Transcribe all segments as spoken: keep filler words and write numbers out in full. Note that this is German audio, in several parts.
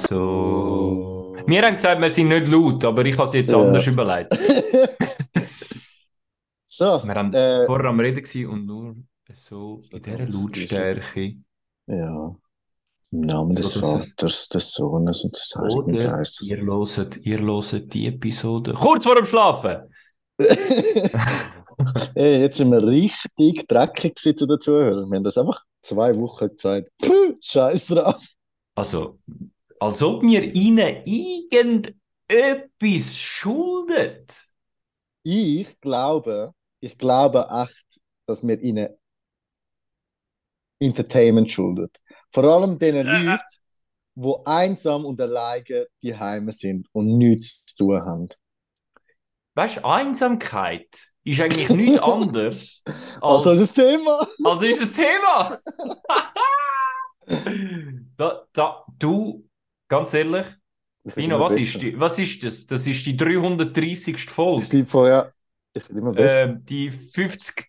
so. Oh. Wir haben gesagt, wir sind nicht laut, aber ich habe es jetzt Ja. anders überlegt. So, Wir haben äh, vorher am Reden gewesen und nur so so in dieser ganz das Gleiche. Lautstärke. Ja. Im Namen So, des dass es- Vaters, des Sohnes und des Heiligen Oder Geistes. ihr hört, ihr hört die Episode kurz vor dem Schlafen. Ey, jetzt sind wir richtig dreckig gewesen zu den Zuhörern. Wir haben das einfach zwei Wochen gesagt. Puh, scheiß drauf. Also, als ob mir ihnen irgendetwas schuldet. Ich glaube, ich glaube echt, dass wir ihnen Entertainment schuldet. Vor allem den Leuten, die einsam und alleine die Heime sind und nichts zu tun haben. Weißt du, Einsamkeit ist eigentlich nichts anderes Also das als. Thema. Also ist das Thema. da, da, du, ganz ehrlich, Ich werde Pino, immer was besser. ist, die, was ist das? Das ist die dreihundertdreißigste Folge. Stimmt vorher. Ich werde immer besser. Ähm, die fünfzigste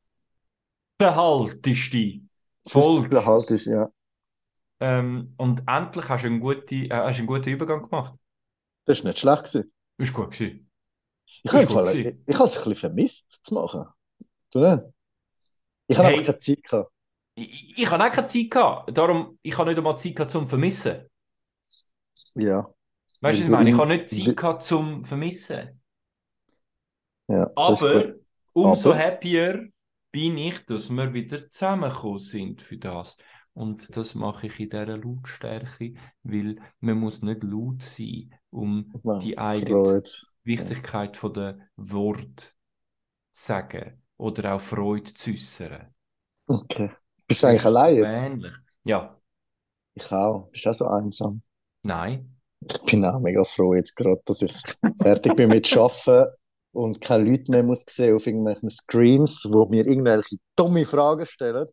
halteste fünfzig Folge. halt ist, ja. Ähm, und endlich hast du einen guten, äh, hast du einen guten Übergang gemacht. Das war nicht schlecht gewesen. Ist gut gewesen. Ich Das habe ist gut Fall, ich, gewesen. ich habe es ein bisschen vermisst zu machen. Du nicht? Ich habe Hey. einfach keine Zeit gehabt. Ich, ich habe auch keine Zeit gehabt. Darum, ich habe nicht einmal Zeit gehabt zum Vermissen. Ja. Weißt du, Weil was ich du meine? Ich in- habe nicht Zeit wie- gehabt zum Vermissen. Ja, das ist Aber gut. umso Aber happier bin ich, dass wir wieder zusammengekommen sind für das. Und das mache ich in dieser Lautstärke, weil man muss nicht laut sein, um man, die eigene Freude. Wichtigkeit von der Wort zu sagen oder auch Freude zu äußern. Okay. Bist du Mir eigentlich ist es allein so jetzt? ähnlich. Ja, Ich auch. Bist du auch so einsam? nein. Ich bin auch mega froh jetzt gerade, dass ich fertig bin mit Arbeiten und keine Leute mehr muss sehen auf irgendwelchen Screens, wo mir irgendwelche dumme Fragen stellen.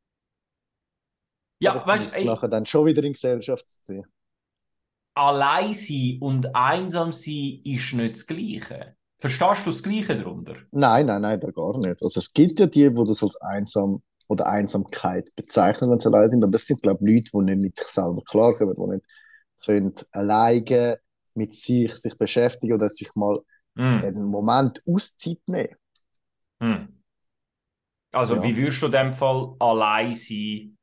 Aber Ja, ich weißt genieße du, es ey, nachher dann schon wieder in Gesellschaft zu sein. allein sein und einsam sein ist nicht das Gleiche. Verstehst du das Gleiche darunter? Nein, nein, nein, da gar nicht. Also es gibt ja die, die das als einsam oder Einsamkeit bezeichnen, wenn sie allein sind, aber das sind, glaube ich, Leute, die nicht mit sich selber klarkommen, die nicht können alleine mit sich, sich beschäftigen oder sich mal Mm. einen Moment Auszeit nehmen. Mm. Also, Ja. wie würdest du in dem Fall allein sein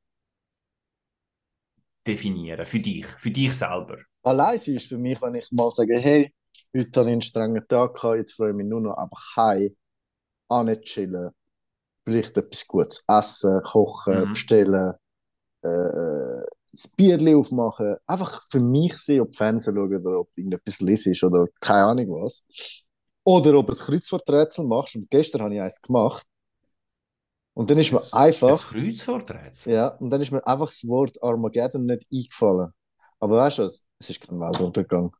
definieren? Für dich, für dich selber? Allein sein ist für mich, wenn ich mal sage, hey, heute habe ich einen strengen Tag gehabt, jetzt freue ich mich nur noch einfach heim, nicht chillen, vielleicht etwas Gutes essen, kochen, Mhm. bestellen, äh, das Bierchen aufmachen, einfach für mich sehen, ob Fernsehen schauen oder ob irgendetwas lesen ist oder keine Ahnung was. Oder ob du ein Kreuzworträtsel machst. Und gestern habe ich eins gemacht. Und dann ist mir Ein, ein einfach, Kreuzworträtsel? ja, und dann ist mir einfach das Wort Armageddon nicht eingefallen. Aber weißt du was? Es ist kein Weltuntergang.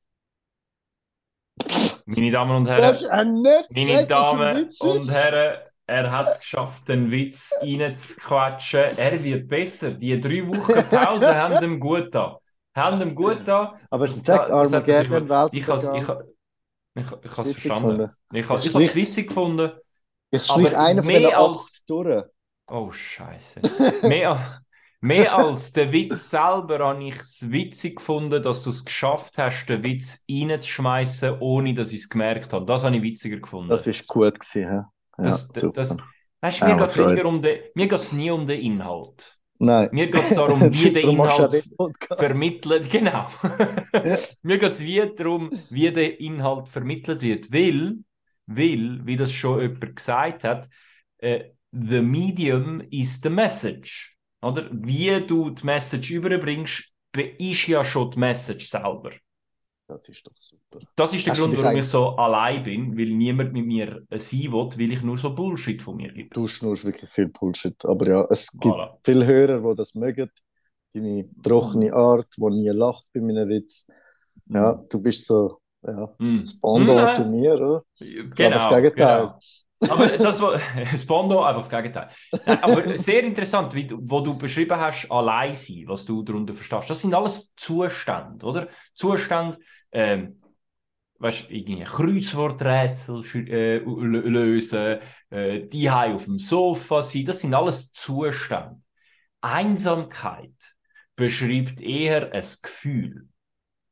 Meine Damen und Du Herren, hast auch nicht meine gecheckt, dass es ein Damen Witz und ist. Herren, er hat es geschafft, den Witz reinzuquetschen. Er wird besser. Die drei Wochen Pause haben ihm gut getan. Haben ihm gut getan. Aber hast du Das, gecheckt, das hat er sich Armageddon, ich has, ich, Weltuntergang? ha- ich, ich Hast du has witzig verstanden. gefunden? Ich, Ich ha- ich habe es strich, witzig gefunden, ich strich aber einen von diesen mehr acht als. durch. Oh, Scheiße. Mehr, mehr als der Witz selber habe ich es witzig gefunden, dass du es geschafft hast, den Witz reinzuschmeißen, ohne dass ich es gemerkt habe. Das habe ich witziger gefunden. Das ist gut gewesen, hä? Ja, Das, das, super. das, weißt, mir Auch geht es Freude. weniger um den, mir geht es nie um den Inhalt. Nein. Mir geht es darum, wie der Darum machst du auch Inhalt den Podcast. vermittelt, genau. Mir geht es wie darum, wie der Inhalt vermittelt wird, weil, weil, wie das schon jemand gesagt hat, äh, the medium is the message. Oder? Wie du die Message überbringst, be- ist ja schon die Message selber. Das ist doch super. Das ist der Hast du Grund, dich warum ich eigentlich- so allein bin, weil niemand mit mir äh, sein will, weil ich nur so Bullshit von mir gebe. Du schnurst wirklich viel Bullshit. Aber ja, es gibt Voilà. viele Hörer, die das mögen. Deine trockene Art, die nie lacht bei meinen Witz. Ja, du bist so, ja, Mm. das Pendant Mm, zu äh, mir, oder? Das ist einfach das Genau, Gegenteil. genau. Aber das war das Bondo, einfach das Gegenteil. Nein, aber sehr interessant, wie du, wo du beschrieben hast, allein sein, was du darunter verstehst. Das sind alles Zustände, oder? Zustände, ähm, weißt du, irgendwie Kreuzworträtsel schü- äh, lö- lösen, äh, die auf dem Sofa sein, das sind alles Zustände. Einsamkeit beschreibt eher ein Gefühl.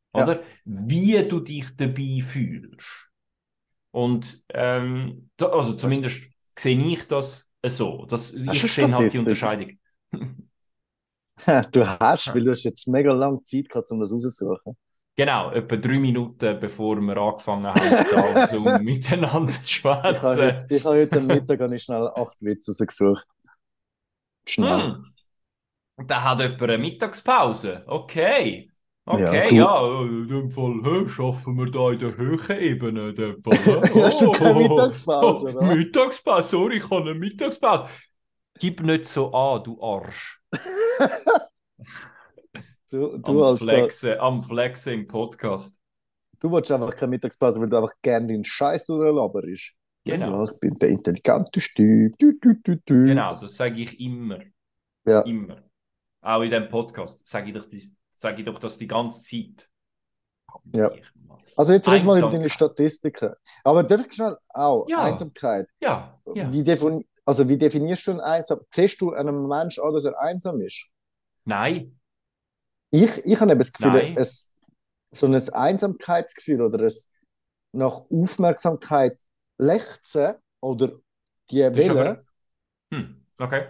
Ja. oder? Wie du dich dabei fühlst. Und ähm, da, also zumindest sehe ich das so. Das, Hast du eine ich sehe halt die Statistik? Unterscheidung. Du hast, weil du hast jetzt mega lange Zeit gehabt, um das rauszusuchen. Genau, etwa drei Minuten bevor wir angefangen haben, da so miteinander zu Ich habe heute, schwätzen. ich habe heute Mittag habe ich schnell acht Witze rausgesucht. Schnell. Hm, da hat jemand eine Mittagspause. Okay. Ja, Okay, du. ja, äh, in dem Fall hä, schaffen wir da in der höheren Ebene. In dem Fall, hä? Hast du Oh, keine oh, Mittagspause, oh, oder? Mittagspause, sorry, ich habe eine Mittagspause. Gib nicht so an, du Arsch. Du, Am du als da, Flexen, am Flexen im Podcast. du willst einfach keine Mittagspause, weil du einfach gerne den Scheiß durchlaberst. Ja, ja, Genau, ich bin der intelligenteste Typ. Typ, Typ, Typ, Typ. genau, das sage ich immer. Ja, Immer. Auch in diesem Podcast sage ich doch, das, sage ich doch das die ganze Zeit. ja. Sicher, Mann. Also jetzt red mal über deine Einsamkeit. Statistiken. Aber darf ich schnell auch Ja, Einsamkeit. ja, ja. Wie, defini also wie definierst du einen einsam? Siehst du einem Menschen an, dass er einsam ist? Nein, Ich, ich habe eben das Gefühl, nein. es, so ein Einsamkeitsgefühl oder ein nach Aufmerksamkeit lechzen oder die Das ist Welle, aber. Hm, okay.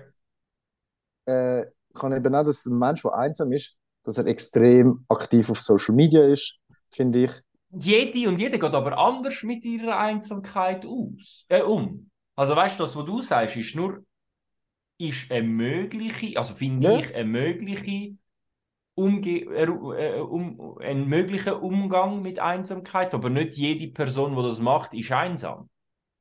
äh, kann eben auch, dass ein Mensch, der einsam ist, dass er extrem aktiv auf Social Media ist, finde ich. Jede und jede geht aber anders mit ihrer Einsamkeit aus, äh, um. Also weißt du, das, was du sagst, ist nur, ist eine mögliche, also finde Ja, ich, eine mögliche Umge äh, äh, um, ein möglicher Umgang mit Einsamkeit, aber nicht jede Person, die das macht, ist einsam.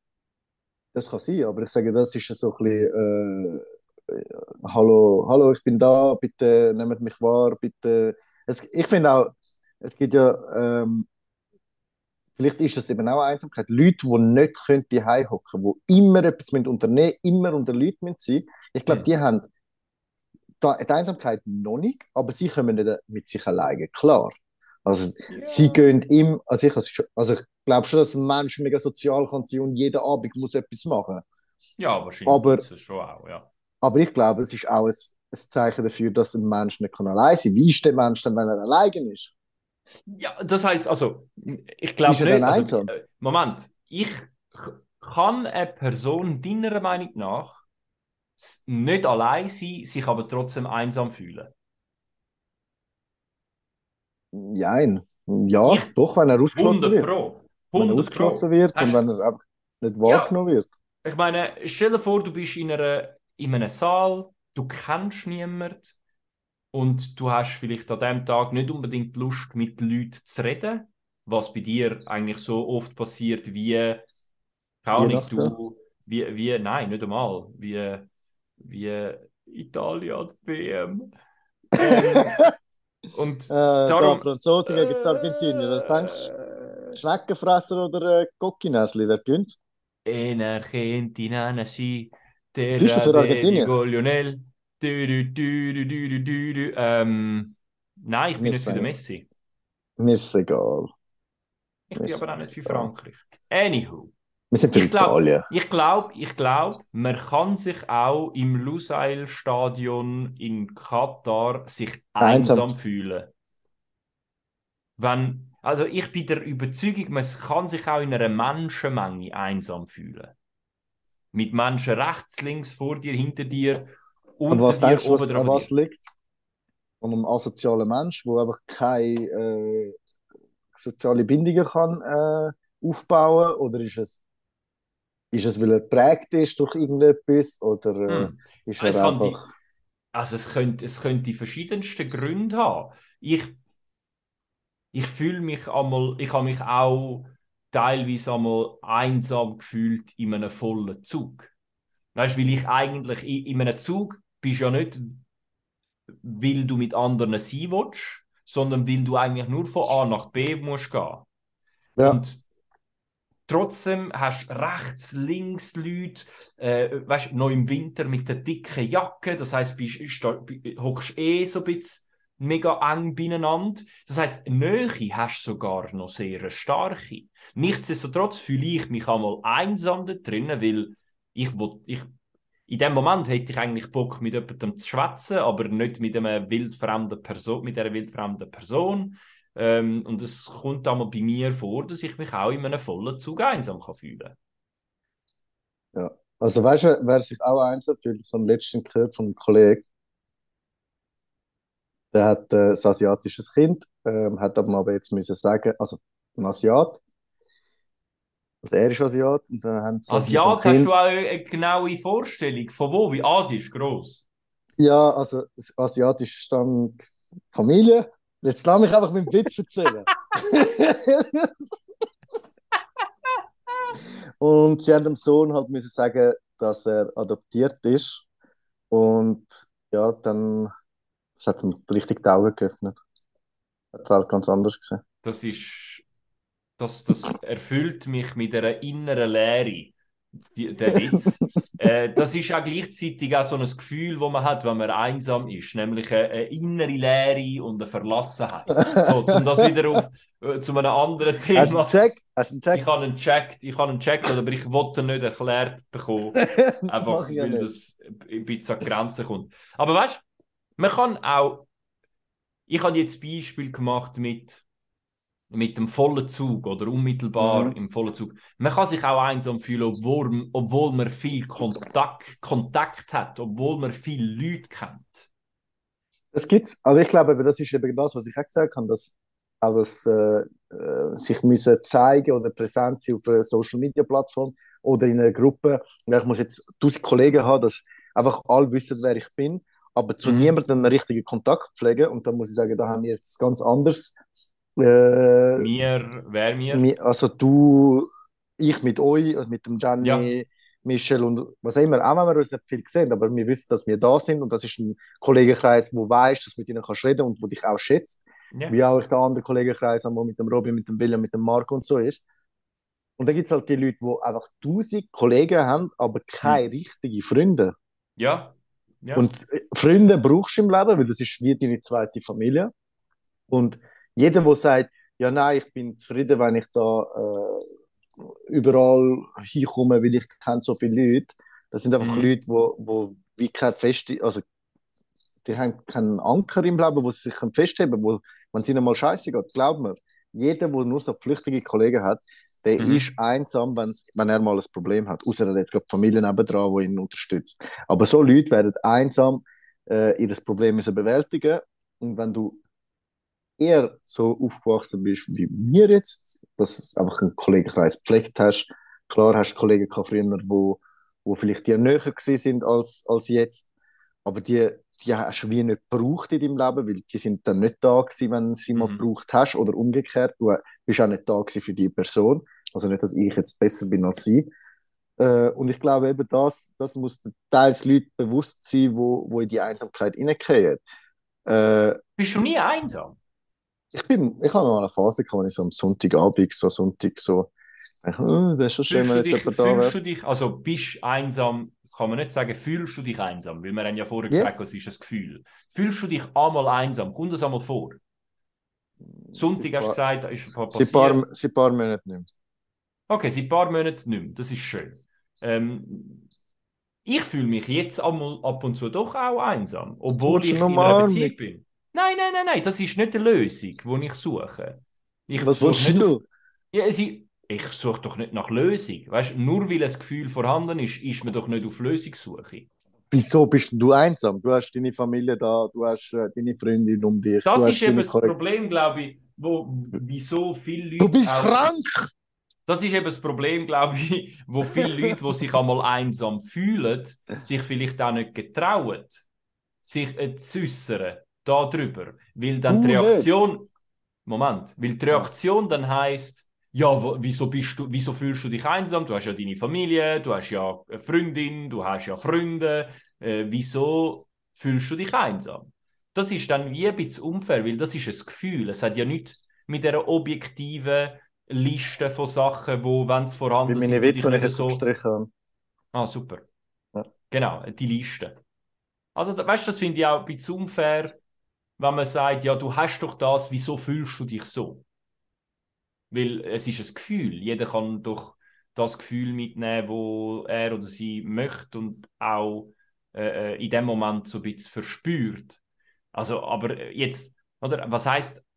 das kann sein, aber ich sage, das ist so ein bisschen, äh, äh, hallo, hallo, ich bin da, bitte nehmt mich wahr, bitte. Es, ich finde auch, es gibt ja, ähm, vielleicht ist es eben auch eine Einsamkeit, Leute, die nicht können die hocken, die immer etwas mit unternehmen, immer unter Leuten müssen sein. Ich glaube, Hm. die haben da, die Einsamkeit noch nicht, aber sie kommen nicht mit sich alleine klar. Also sie Ja. gehen im, also ich, also ich glaube schon, dass ein Mensch mega sozial kann sein und jeden Abend muss etwas machen. Ja, wahrscheinlich Aber gibt es das schon auch, ja. Aber ich glaube, es ist auch ein, ein Zeichen dafür, dass ein Mensch nicht allein sein kann. Wie ist der Mensch dann, wenn er allein ist? Ja, das heißt, also, ich Ist glaube er dann nicht, also, einsam? äh, Moment, ich k- kann eine Person deiner Meinung nach s- nicht allein sein, sich aber trotzdem einsam fühlen. Nein. Ja, Ich, doch, wenn er ausgeschlossen hundert wird. Pro, Wenn er hundert ausgeschlossen Pro. wird und Hast, wenn er einfach nicht ja, wahrgenommen wird. ich meine, stell dir vor, du bist in einer, in einem Saal, du kennst niemanden und du hast vielleicht an dem Tag nicht unbedingt Lust, mit Leuten zu reden, was bei dir eigentlich so oft passiert wie keine Ahnung, Weihnachten. du, wie, wie, nein, nicht einmal, wie, wie Italien an der W M. Ähm, und Äh, da, darum, Franzosen gegen die Argentinier. Was denkst du? äh, Schneckenfresser oder äh, Coccinäsli? Wer gewinnt? en Argentina nací, Bist du terra für de Argentinien? Diego Lionel. Du, du, du, du, du, du, du, du. Ähm, nein, ich bin Mir nicht ist für den es Messi. mir ist es egal. Ich Mir bin ist aber es auch nicht für egal. Frankreich. Anywho. Wir sind für Ich glaube, Italien. ich glaube, ich glaube, man kann sich auch im Lusail-Stadion in Katar sich Einsam. einsam fühlen. Wenn, also ich bin der Überzeugung, man kann sich auch in einer Menschenmenge einsam fühlen. Mit Menschen rechts, links, vor dir, hinter dir, Aber unter was dir, denkst du, oben was, drauf an von dir. was liegt? An einem asozialen Mensch, der einfach keine äh, soziale Bindungen kann äh, aufbauen? Oder ist es, ist es, weil er geprägt ist durch irgendetwas? Oder äh, Hm. ist er Es kann die, einfach. also es könnte, es könnte die verschiedensten Gründe haben. Ich ich fühle mich einmal, ich habe mich auch teilweise einmal einsam gefühlt in einem vollen Zug. Weißt du, weil ich eigentlich in, in einem Zug bist ja nicht, weil du mit anderen sein willst, sondern weil du eigentlich nur von A nach B musst gehen. Ja, Und trotzdem hast du rechts, links Leute, äh, weißt, noch im Winter mit der dicken Jacke, das heisst, bist, hockst eh so ein bisschen mega eng beieinander. Das heisst, Nähe hast du sogar noch sehr eine starke. Nichtsdestotrotz fühle ich mich einmal einsam da drinnen, weil ich, will, ich in dem Moment hätte ich eigentlich Bock, mit jemandem zu schwätzen, aber nicht mit einer wildfremden Person, mit einer wildfremden Person. Ähm, und es kommt einmal bei mir vor, dass ich mich auch in einem vollen Zug einsam kann fühlen. Ja. Also weißt du, wer sich auch einsam fühlt, ich habe letztens gehört von einem Kollegen, der hat äh, ein asiatisches Kind, ähm, hat aber jetzt müssen sagen, also ein Asiat, also er ist Asiat, und dann haben sie halt mit dem Asiat, hast du Kind, auch eine genaue Vorstellung von wo? Wie Asien ist gross? ja, also das asiatische Stand Familie. Jetzt lass mich einfach meinen Witz erzählen. Und sie haben dem Sohn halt müssen sagen, dass er adoptiert ist. Und ja, dann das hat ihm richtig die Augen geöffnet. Hat halt ganz anders gesehen. Das ist, das, das erfüllt mich mit einer inneren Leere, die, der Witz. Äh, das ist auch gleichzeitig auch so ein Gefühl, das man hat, wenn man einsam ist, nämlich eine, eine innere Leere und eine Verlassenheit. So, um das wieder auf äh, zu einem anderen Hast du einen Thema. Check? Hast du einen Ich Check? habe einen checkt, ich habe einen checkt, aber ich wollte ihn nicht erklärt bekommen, Mach einfach ich ja weil nicht. das ein bisschen an die Grenzen kommt. Aber weißt du, man kann auch, ich habe jetzt Beispiel gemacht mit mit dem vollen Zug oder unmittelbar Mhm. im vollen Zug. Man kann sich auch einsam fühlen, obwohl, obwohl man viel Kontakt, Kontakt hat, obwohl man viele Leute kennt. Das gibt's, aber ich glaube, das ist eben das, was ich auch gesagt habe, dass auch das äh, äh, sich müssen zeigen oder präsent sein auf einer Social Media Plattform oder in einer Gruppe. Ja, ich muss jetzt tausend Kollegen haben, dass einfach alle wissen, wer ich bin, aber zu Mhm. niemandem einen richtigen Kontakt pflegen. Und da muss ich sagen, da haben wir jetzt ganz anders. Äh, Mir, wer mir? mi- also du, ich mit euch, also mit dem Ja, Gianni, Michel und was auch immer, auch wenn wir uns nicht viel sehen, aber wir wissen, dass wir da sind, und das ist ein Kollegenkreis, wo weiß, dass du mit ihnen kannst reden und wo dich auch schätzt, ja. wie auch der andere Kollegenkreis, wo mit dem Robin, mit dem William, mit dem Marco und so ist. Und dann gibt es halt die Leute, die einfach tausend Kollegen haben, aber keine Hm. richtigen Freunde. Ja, ja. Und äh, Freunde brauchst du im Leben, weil das ist wie deine zweite Familie. Und jeder, der sagt, ja, nein, ich bin zufrieden, wenn ich da äh, überall hinkomme, weil ich kenne so viele Leute, das sind einfach Mhm. Leute, wo, wo wie keine feste, also die haben keinen Anker im Leben, wo sie sich festheben können, wo, wenn es ihnen mal scheiße geht, glaub mir, jeder, der nur so flüchtige Kollegen hat, der ist Mhm. einsam, wenn's, wenn er mal ein Problem hat. Außer er hat jetzt gerade die Familie nebendran, die ihn unterstützt. Aber so Leute werden einsam äh, ihr Problem müssen bewältigen. Und wenn du eher so aufgewachsen bist wie wir jetzt, dass du einfach einen Kollegenkreis gepflegt hast. Klar hast du Kollegen gehabt früher, wo, wo vielleicht dir näher gewesen sind als, als jetzt, aber die, die hast du wie nicht gebraucht in deinem Leben, weil die sind dann nicht da gewesen, wenn du sie mal Mhm. gebraucht hast, oder umgekehrt, du bist auch nicht da gewesen für die Person. Also nicht, dass ich jetzt besser bin als sie. Äh, und ich glaube eben, das, das muss teils Leute bewusst sein, wo, wo in die Einsamkeit hineingehen. Äh, Bist du nie einsam? ich bin, ich habe noch eine Phase gehabt, wo ich so am Sonntagabend, so Sonntag, so, ich, oh, wäre schon schön, Fühlst wenn du jetzt dich, jemand da fühlst wäre. du dich, also bist einsam, kann man nicht sagen, fühlst du dich einsam, weil wir haben ja vorher gesagt, Jetzt? es ist ein Gefühl. Fühlst du dich einmal einsam? Kommt das einmal vor? Seit Sonntag hast du paar, gesagt, ist pa- seit paar, passiert. seit paar Monaten nicht Okay, seit ein paar Monaten nicht mehr. Das ist schön. Ähm, ich fühle mich jetzt einmal ab und zu doch auch einsam, mehr. Du obwohl willst eine ich in einer Umarmung. Beziehung bin. Nein, nein, nein, nein, das ist nicht die Lösung, die ich suche. Ich Was suche willst nicht auf. du? Ja, sie, ich suche doch nicht nach Lösung. Weißt, nur weil ein Gefühl vorhanden ist, ist man doch nicht auf Lösungssuche. Wieso bist du einsam? Du hast deine Familie da, du hast äh, deine Freundin um dich, du Das ist hast eben deine das Kollegen. Problem, glaube ich, wo, wieso viele Du Leute bist auch. krank! Das ist eben das Problem, glaube ich, wo viele Leute, die sich einmal einsam fühlen, sich vielleicht auch nicht getrauen, sich äh, zu äußern darüber. Weil dann die Du nicht! Reaktion, Moment, weil die Ah. Reaktion dann heißt, ja, wo, wieso bist du, wieso fühlst du dich einsam? Du hast ja deine Familie, du hast ja eine Freundin, du hast ja Freunde. Äh, wieso fühlst du dich einsam? Das ist dann wie ein bisschen unfair, weil das ist ein Gefühl. Es hat ja nichts mit einer objektiven Liste von Sachen, wo, wenn sie Wie vorhanden meine sind, du Witze, dich die ich nicht jetzt so. gestrichen habe. Ah, super. Ja. Genau, die Liste. Also, da- weißt du, das finde ich auch ein bisschen unfair, wenn man sagt, ja, du hast doch das, wieso fühlst du dich so? Weil es ist ein Gefühl. Jeder kann doch das Gefühl mitnehmen, wo er oder sie möchte und auch äh, äh, in dem Moment so ein bisschen verspürt. Also, aber jetzt, oder was heißt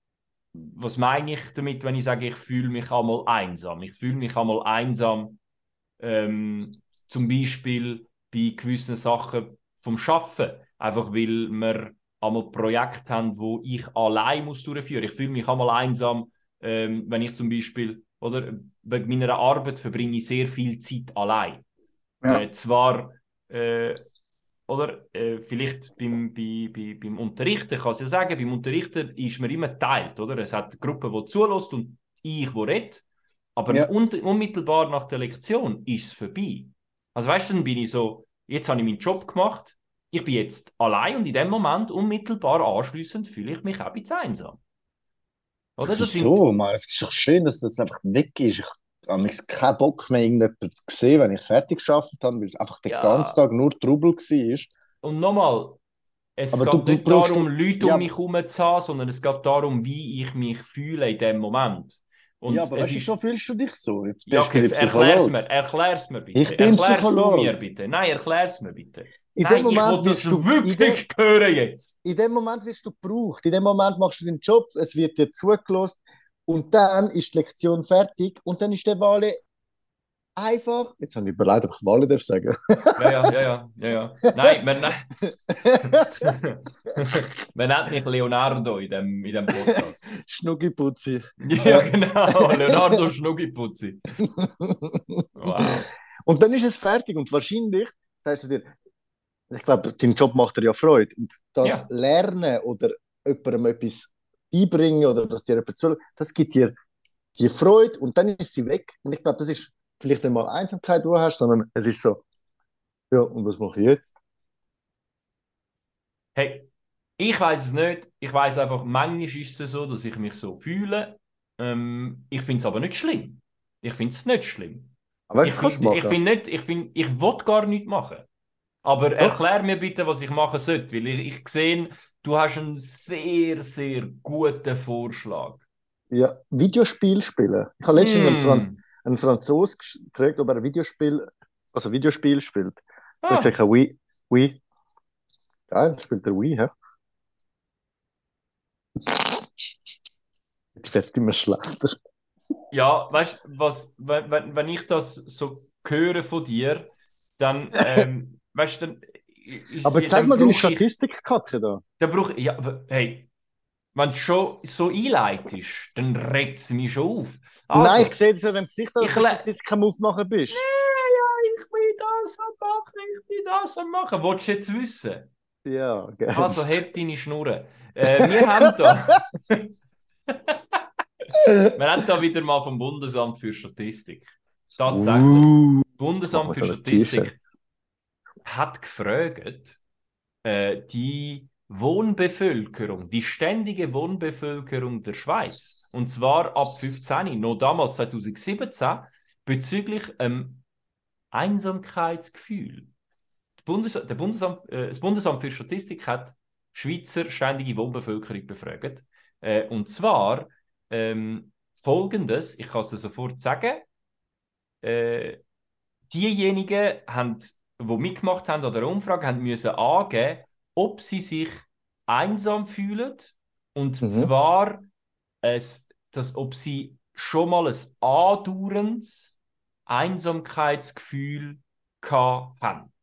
was meine ich damit, wenn ich sage, ich fühle mich einmal einsam? Ich fühle mich einmal einsam, ähm, zum Beispiel bei gewissen Sachen vom Schaffen, einfach weil wir einmal Projekte haben, wo ich allein muss durchführen. Ich fühle mich einmal einsam, ähm, wenn ich zum Beispiel, oder wegen meiner Arbeit verbringe ich sehr viel Zeit allein. Ja. Äh, zwar äh, oder äh, vielleicht beim, bei, bei, beim Unterrichten, ich kann es ja sagen, beim Unterrichten ist man immer geteilt, oder? Es hat eine Gruppe, die zulässt und ich, die redet. Aber Ja. un unmittelbar nach der Lektion ist es vorbei. Also weißt du, dann bin ich so, jetzt habe ich meinen Job gemacht, ich bin jetzt allein und in dem Moment unmittelbar anschliessend fühle ich mich auch ein bisschen einsam. Oder? Das sind, Wieso? Mann? Es ist doch schön, dass das einfach weg ist. Ich habe keinen Bock mehr, irgendjemanden zu sehen, wenn ich fertig geschafft habe, weil es einfach den ganzen ja, Tag nur Trubel war. und nochmal, es Aber du geht br- nicht brauchst darum, du. Leute um Ja, mich herum zu haben, sondern es geht darum, wie ich mich fühle in dem Moment. ja, Und aber es weißt du, wieso ist, fühlst du dich so? Jetzt ja, bist du okay, nicht erklär's Psychologe. mir, erklär's mir Ich bitte. bin Erklärst du Psychologe. mir bitte. Nein, erklär's mir bitte. In dem Nein, ich will Moment das wirst du. In dem, wirklich hören jetzt. in dem Moment wirst du gebraucht. In dem Moment machst du den Job, es wird dir zugelassen und dann ist die Lektion fertig und dann ist der Wale einfach. Jetzt habe ich überlegt, ob ich Wale darf sagen. Ja, ja, ja, ja, ja, ja. Nein, man, man nennt mich Leonardo in dem, in dem Podcast. Schnuggiputzi. Ja, Ja. genau, Leonardo Schnuggiputzi. Wow. Und dann ist es fertig und wahrscheinlich sagst du dir, ich glaube, dein Job macht dir ja Freude. Und das Ja. Lernen oder jemandem etwas beibringen oder dass dir jemand zuhört, das gibt dir die Freude und dann ist sie weg. Und ich glaube, das ist vielleicht nicht mal Einsamkeit, die du hast, sondern es ist so, ja, und was mache ich jetzt? Hey, ich weiß es nicht. Ich weiß einfach, manchmal ist es so, dass ich mich so fühle. Ähm, ich finde es aber nicht schlimm. Ich finde es nicht schlimm. Aber weißt Ich du, was kannst du finde ich machen? find nicht, ich finde, ich will gar nichts machen. Aber Doch, erklär mir bitte, was ich machen sollte, weil ich, ich sehe, du hast einen sehr, sehr guten Vorschlag. ja, Videospiel spielen. Ich habe letztens einen, Fran Mm. einen Franzosen gefragt, ob er ein Videospiel, also Videospiel spielt. Er hat Ah. gesagt, oui, oui. Ja, dann spielt er Wii, hä? Jetzt wird es immer schlechter. Ja, weißt du, was, wenn, wenn wenn ich das so höre von dir, dann, ähm, weißt du, dann, Aber ist, zeig dann mal deine brauche ich, Statistikkacke da. dann brauche ich, ja, w- hey, wenn du schon so einleitest, dann regt es mich schon auf. Nein, ich Also, sehe das ja im Gesicht, dass ich, du die le Statistik am Aufmachen bist. ja, ich will das am machen, ich will das am machen. Willst du jetzt wissen? Ja, gern. Also, heb deine Schnurren. Äh, wir haben da, wir haben da wieder mal vom Bundesamt für Statistik. Tatsächlich, Uh, jetzt machen Bundesamt wir für so ein T-Shirt. Statistik hat gefragt, äh, die Wohnbevölkerung, die ständige Wohnbevölkerung der Schweiz, und zwar ab fünfzehn, noch damals zwanzig siebzehn, bezüglich ähm, Einsamkeitsgefühl. Die Bundes der Bundesamt, äh, das Bundesamt für Statistik hat Schweizer ständige Wohnbevölkerung befragt. Äh, und zwar ähm, folgendes, ich kann es sofort sagen, äh, diejenigen, haben, die mitgemacht haben an der Umfrage, haben müssen angeben, ob sie sich einsam fühlen. Und Mhm. zwar, es, dass, ob sie schon mal ein andauerndes Einsamkeitsgefühl gehabt haben.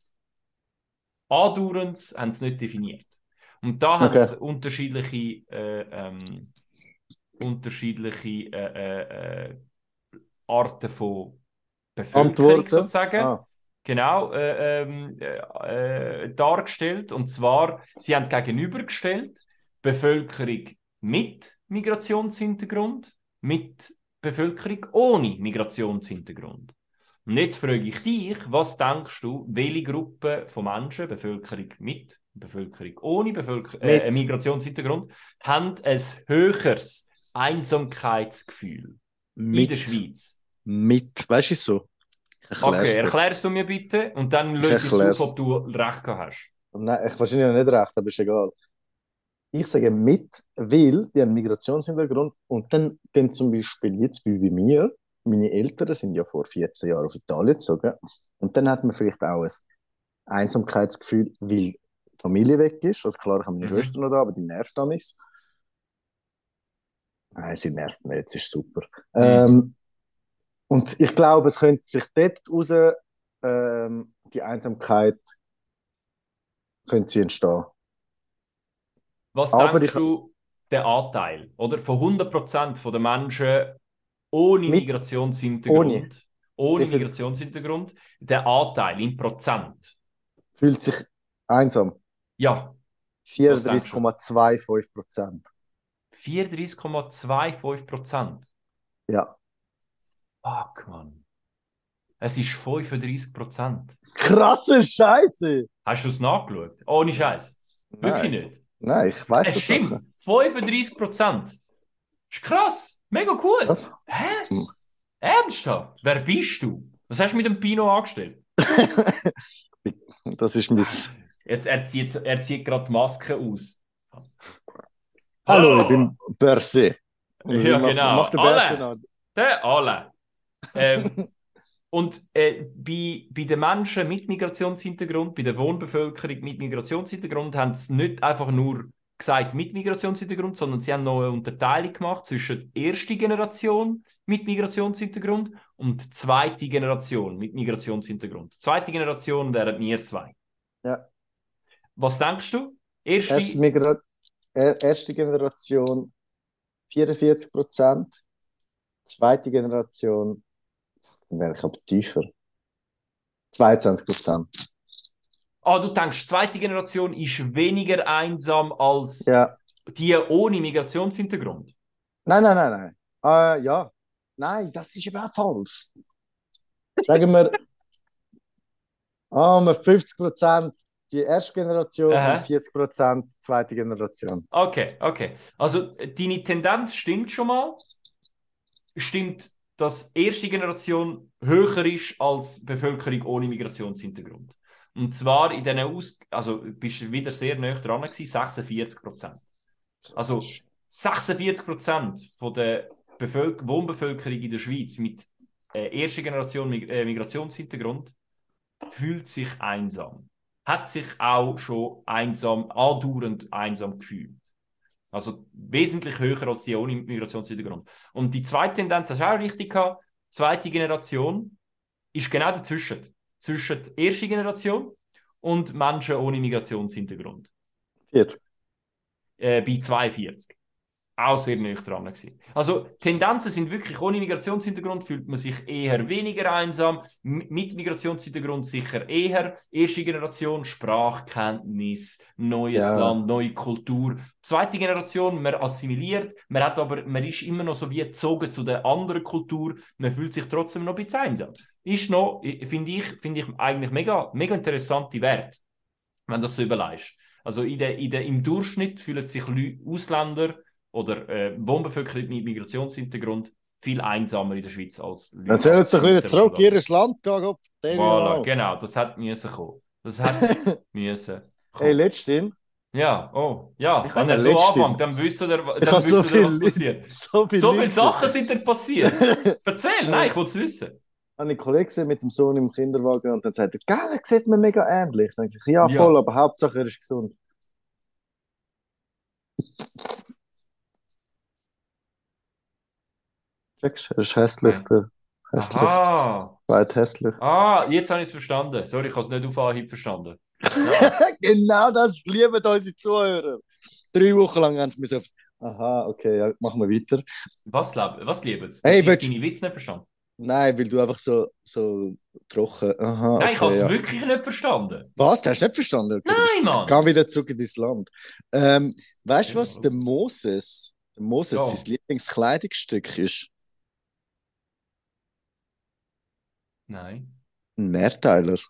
Andauernd haben sie nicht definiert. Und da haben Okay. sie unterschiedliche, äh, ähm, unterschiedliche äh, äh, äh, Arten von Bevölkerung Antworten. sozusagen, Ah. genau, äh, ähm, äh, äh, dargestellt. Und zwar, sie haben gegenübergestellt Bevölkerung mit Migrationshintergrund mit Bevölkerung ohne Migrationshintergrund. Und jetzt frage ich dich, was denkst du, welche Gruppe von Menschen, Bevölkerung mit, Bevölkerung ohne Bevölker äh, Mit. Migrationshintergrund, haben ein höheres Einsamkeitsgefühl in der Mit. Schweiz? Mit. Weißt du so? Ich erkläre Okay, es dir. erklärst du mir bitte und dann Ich löse ich es erkläre auf, ob es. du recht gehabt hast. Nein, ich wahrscheinlich nicht recht, aber ist egal. Ich sage mit, weil die haben einen Migrationshintergrund und dann gehen zum Beispiel jetzt wie bei mir, meine Eltern sind ja vor vierzehn Jahren auf Italien gezogen und dann hat man vielleicht auch ein Einsamkeitsgefühl, weil die Familie weg ist. Also klar, ich habe meine Mhm. Schwester noch da, aber die nervt an nichts. Nein, sie nervt nicht, es ist super. Mhm. Ähm, und ich glaube, es könnte sich dort raus, ähm, die Einsamkeit könnte sie entstehen. Was Aber ich denkst du, der Anteil, oder? Von hundert Prozent der Menschen ohne mit, ohne, Migrationshintergrund, ohne definitiv Migrationshintergrund, der Anteil in Prozent. fühlt sich einsam. Ja, was denkst du? vierunddreißig Komma fünfundzwanzig Prozent. vierunddreißig Komma fünfundzwanzig Prozent. Ja. Fuck, Mann. Es ist fünfunddreißig Prozent. Krasse Scheiße! Hast du es nachgeschaut? Ohne Scheiß. Wirklich Nein. nicht. Nein, ich weiß Es so Sachen. stimmt. fünfunddreißig Prozent. Ist krass. Mega cool. Was? Hä? Ernsthaft? Wer bist du? Was hast du mit dem Pino angestellt? Das ist mein. Jetzt, er zieht, er zieht gerade die Maske aus. Hallo, ich Oh! bin Berse. Und wie Ja, macht, genau. macht der Berse Alle. noch? Der alle. Ähm, und äh, bei, bei den Menschen mit Migrationshintergrund, bei der Wohnbevölkerung mit Migrationshintergrund, haben sie nicht einfach nur gesagt mit Migrationshintergrund, sondern sie haben noch eine Unterteilung gemacht zwischen erste Generation mit Migrationshintergrund und zweite Generation mit Migrationshintergrund. Zweite Generation wären wir zwei. Ja. Was denkst du? Erste, Erste, Migra er- erste Generation vierundvierzig Prozent. Zweite Generation, dann wäre ich aber tiefer. zweiundzwanzig Prozent. ah, du denkst, zweite Generation ist weniger einsam als Ja. die ohne Migrationshintergrund? Nein, nein, nein, nein. Äh, ja. Nein, das ist überhaupt falsch. Sagen wir, ah, wir fünfzig Prozent die erste Generation und Aha. vierzig Prozent zweite Generation. Okay, okay. Also deine Tendenz stimmt schon mal. Stimmt, dass erste Generation höher ist als Bevölkerung ohne Migrationshintergrund. Und zwar in diesen Aus... Also bist du wieder sehr nah dran gewesen, sechsundvierzig Prozent. Also sechsundvierzig Prozent von der Bevölker Wohnbevölkerung in der Schweiz mit äh, erster Generation Mig äh, Migrationshintergrund fühlt sich einsam. Hat sich auch schon einsam, andauernd einsam gefühlt. Also wesentlich höher als die ohne Migrationshintergrund. Und die zweite Tendenz, hast du auch richtig gehabt, zweite Generation ist genau dazwischen. Zwischen der ersten Generation und Menschen ohne Migrationshintergrund. vierzig. Äh, bei zweiundvierzig. Auch sehr nah dran gewesen. Also Tendenzen sind wirklich, ohne Migrationshintergrund fühlt man sich eher weniger einsam, M mit Migrationshintergrund sicher eher. Erste Generation, Sprachkenntnis, neues Ja. Land, neue Kultur. Zweite Generation, man assimiliert, man hat aber, man ist immer noch so wie gezogen zu der anderen Kultur, man fühlt sich trotzdem noch ein bisschen einsam. Ist noch, finde ich, finde ich eigentlich mega, mega interessante Wert, wenn du das so überlegst. Also in der, in der, im Durchschnitt fühlen sich Leute, Ausländer oder äh, Wohnbevölkerung mit Migrationshintergrund viel einsamer in der Schweiz als Leute. Dann sollen als sie doch wieder Schweizer zurück in ihr Soldaten. Land gehen, Gott, Voilà, genau, das hat müssen kommen. Das hat müssen Hey, kommen. letztens, Ja, oh, ja, ich wenn habe er so letztens, anfängt, dann wissen wir, ich dann habe so wissen wir, was viel, passiert. so viele So viele Leute Sachen sind dir passiert. Erzähl, nein, ich will es wissen. habe einen Kollegen gesehen mit dem Sohn im Kinderwagen und dann sagt er, gell, er sieht mir mega ähnlich. Dann sage ich, ja, voll, Ja. aber Hauptsache er ist gesund. Checkst, er ist hässlich, Nein. der hässlich, Aha. weit hässlich. Ah, jetzt habe ich es verstanden. Sorry, ich habe es nicht auf Anhieb verstanden. Ja. Genau das lieben unsere Zuhörer. Drei Wochen lang haben sie mich aufs. Aha, okay, ja, machen wir weiter. Was, was lieben sie? Hey, Ich habe willst deine Witze nicht verstanden. Nein, weil du einfach so, so trocken. Aha, Nein, ich habe okay, es ja. wirklich nicht verstanden. Was? Du hast nicht verstanden? Okay, Nein, dann Mann. Geh wieder zurück in dein Land. Ähm, weißt du, Ja, was der Moses, der Moses Ja. sein Lieblingskleidungsstück ist? Nein. Ein Mehrteiler.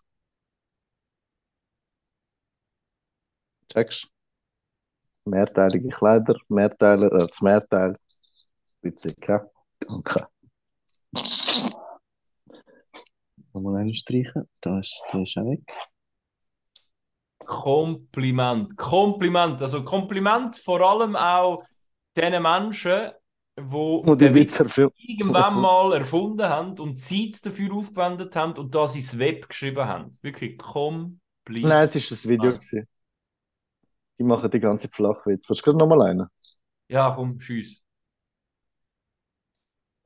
Checkst? Mehrteilige Kleider, Mehrteiler, äh, das Mehrteil. Witzig, ja? Danke. Nochmal einen streichen. Da ist, der ist auch weg. Kompliment. Kompliment. Also Kompliment vor allem auch den Menschen, wo Wo die den Witze Witz erfüllen. irgendwann mal erfunden haben und Zeit dafür aufgewendet haben und das ins Web geschrieben haben. Wirklich komplett. Nein, es war ein Video. Ah. Gewesen. Die machen die ganze Flachwitz. Willst du gerade nochmal einen? Ja, komm, tschüss.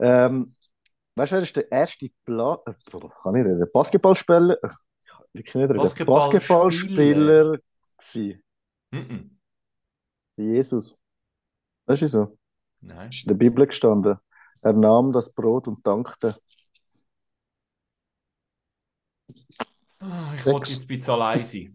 Ähm, weißt du, wer ist der erste Pla äh, kann ich reden? Basketballspieler? äh, Ich kann wirklich nicht reden. Basketballspieler. Basketballspieler gewesen. Mhm. Jesus. Weißt du so? Nein. Ist in der Bibel gestanden. Er nahm das Brot und dankte. Ah, ich wollte jetzt Sechs. ein bisschen allein sein.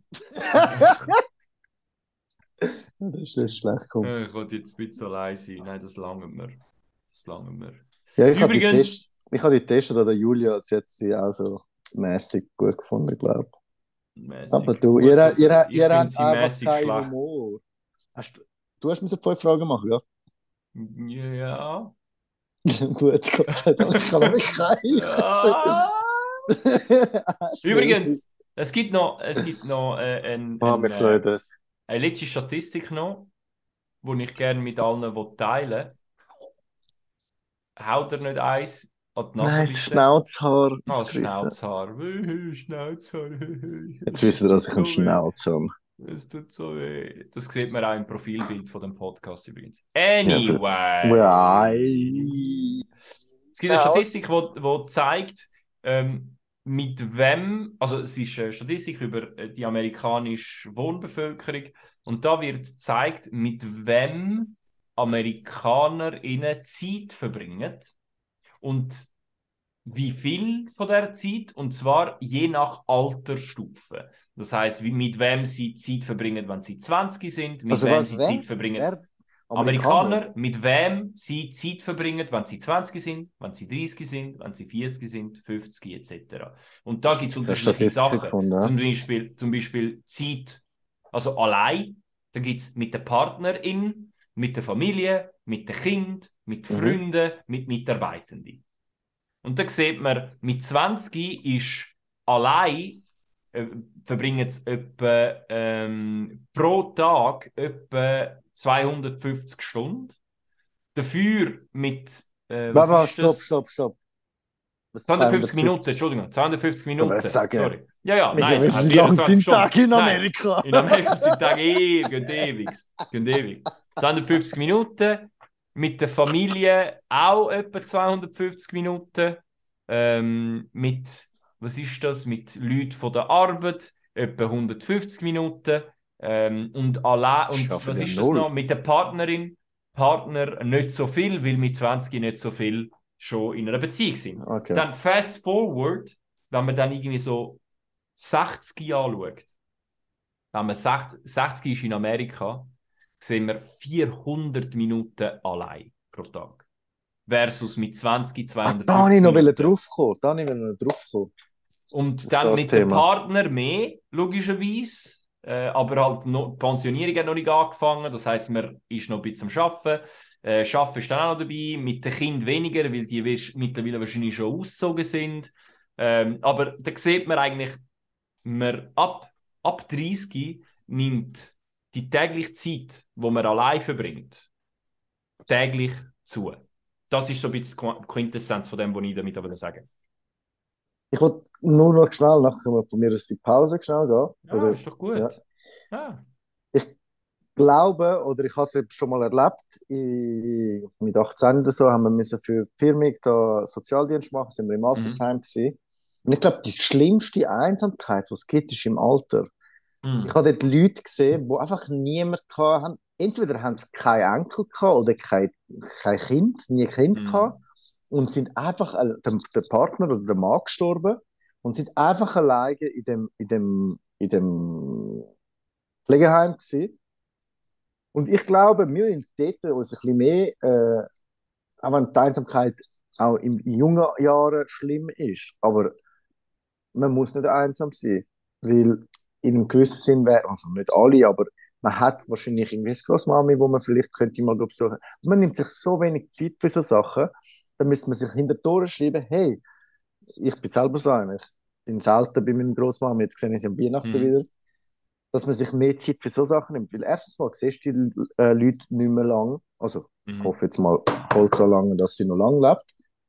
Das ist das schlecht gekommen. Äh, Ich wollte jetzt ein bisschen allein sein. Nein, das langt mir. Das langt mir. Ja, ich habe die Test, Übrigens, ich habe die getestet an der Julia, sie hat sie auch so mäßig gut gefunden, glaube ich. Aber mäßig du, gut ihr, oder ihr, ich ihr finde habt sie einfach mäßig keinen schlecht. Humor. Hast, du du hast mir so fünf Fragen machen, ja? Ja. Gut, Gott sei Dank, ich kann nämlich Ah. keine. Schwierig. Übrigens, es gibt noch, es gibt noch äh, ein, Ah, ein, wir äh, freuen uns. eine letzte Statistik noch, die ich gerne mit allen will teilen will. Haut er nicht eins an die Nase Nein, das bitte? Schnauzhaar Ah, das ausgerissen. Schnauzhaar. Schnauzhaar. Jetzt Es wisst ihr, tut dass ich einen so weh. Schnauz habe. Es tut so weh. Das sieht man auch im Profilbild von dem Podcast übrigens. Ja, für... Anyway. Wei. Es gibt eine Aus. Statistik, die, die zeigt, ähm, mit wem, also es ist eine Statistik über äh, die amerikanische Wohnbevölkerung und da wird gezeigt, mit wem AmerikanerInnen Zeit verbringen und wie viel von der Zeit, und zwar je nach Altersstufe. Das heißt, wie, mit wem sie Zeit verbringen, wenn sie zwanzig sind, mit Also wem was, sie wer? Zeit verbringen. Wer? Amerikaner? Amerikaner, mit wem sie Zeit verbringen, wenn sie zwanzig sind, wenn sie dreißig sind, wenn sie vierzig sind, fünfzig et cetera. Und da gibt es Keine unterschiedliche Statistik Sachen. gefunden. Zum Ja? Beispiel, zum Beispiel Zeit, also allein, da gibt es mit der Partnerin, mit der Familie, mit dem Kind, mit Mhm. Freunden, mit Mitarbeitenden. Und da sieht man, mit zwanzig ist allein, äh, verbringen sie etwa ähm, pro Tag etwa zweihundertfünfzig Stunden. Dafür mit, äh, was Warte, ist stopp, das? stopp, stopp. Was zweihundertfünfzig Minuten, zweihundertfünfzig? Entschuldigung, zweihundertfifzig Ich kann mir das Minuten, sagen. sorry. Ja, ja, Mega, nein, wie, äh, wie lang vierundzwanzig sind Stunden. Tage in Nein, Amerika? in Amerika sind Tage ewig, gehen ewig, gehen ewig. zweihundertfünfzig Minuten, mit der Familie auch etwa zweihundertfünfzig Minuten. Ähm, mit, was ist das, mit Leuten von der Arbeit, etwa hundertfünfzig Minuten. Ähm, und, allein, und Schaffen was ja ist das null. noch? Mit der Partnerin, Partner nicht so viel, weil mit zwanzig nicht so viel schon in einer Beziehung sind. Okay. Dann fast forward, wenn man dann irgendwie so sechzig anschaut, wenn man sechzig, sechzig ist in Amerika, sehen wir vierhundert Minuten allein pro Tag. Versus mit zwanzig, Ah, da wollte ich zweihundertfünfzig noch Minuten. draufkommen. Da wollte ich noch draufkommen. Und Auf dann das mit dem Thema. Partner mehr, logischerweise. Äh, aber halt noch, die Pensionierung hat noch nicht angefangen. Das heisst, man ist noch ein bisschen am Arbeiten. Äh, Arbeiten ist dann auch noch dabei. Mit den Kindern weniger, weil die mittlerweile wahrscheinlich schon ausgezogen sind. Ähm, aber da sieht man eigentlich, man ab, ab dreißig nimmt die tägliche Zeit, die man allein verbringt, täglich zu. Das ist so ein bisschen die Quintessenz von dem, was ich damit sagen will. Ich wollte nur noch schnell, nachher können wir von mir aus in die Pause schnell gehen. Ah, Oder, ist doch gut. ja. Ah. Ich glaube, oder ich habe es eben schon mal erlebt, ich, mit achtzehn oder so haben wir müssen für die Firma da Sozialdienst machen, sind wir im Mhm. Altersheim gewesen. Und ich glaube, die schlimmste Einsamkeit, die es gibt, ist im Alter. Ich Mhm. habe dort Leute gesehen, die einfach niemand hatten. Entweder haben sie keinen Enkel gehabt oder kein, kein Kind, nie ein Kind gehabt. Mhm. Und sind einfach, äh, der, der Partner oder der Mann gestorben und sind einfach alleine in dem, in dem, in dem Pflegeheim gewesen. Und ich glaube, wir müssen dort uns ein bisschen mehr, äh, auch wenn die Einsamkeit auch in jungen Jahren schlimm ist, aber man muss nicht einsam sein, weil in einem gewissen Sinn wäre, also nicht alle, aber man hat wahrscheinlich irgendwie eine Großmami, wo man vielleicht könnte mal besuchen. Und man nimmt sich so wenig Zeit für so Sachen, dann müsste man sich hinter die Tore schreiben, hey, ich bin selber so einer, ich bin selten bei meiner Großmami, jetzt sehe ich sie am Weihnachten Mhm. wieder, dass man sich mehr Zeit für so Sachen nimmt, weil erstens mal siehst du die äh, Leute nicht mehr lang, also ich Mhm. hoffe jetzt mal voll so lange, dass sie noch lang lebt,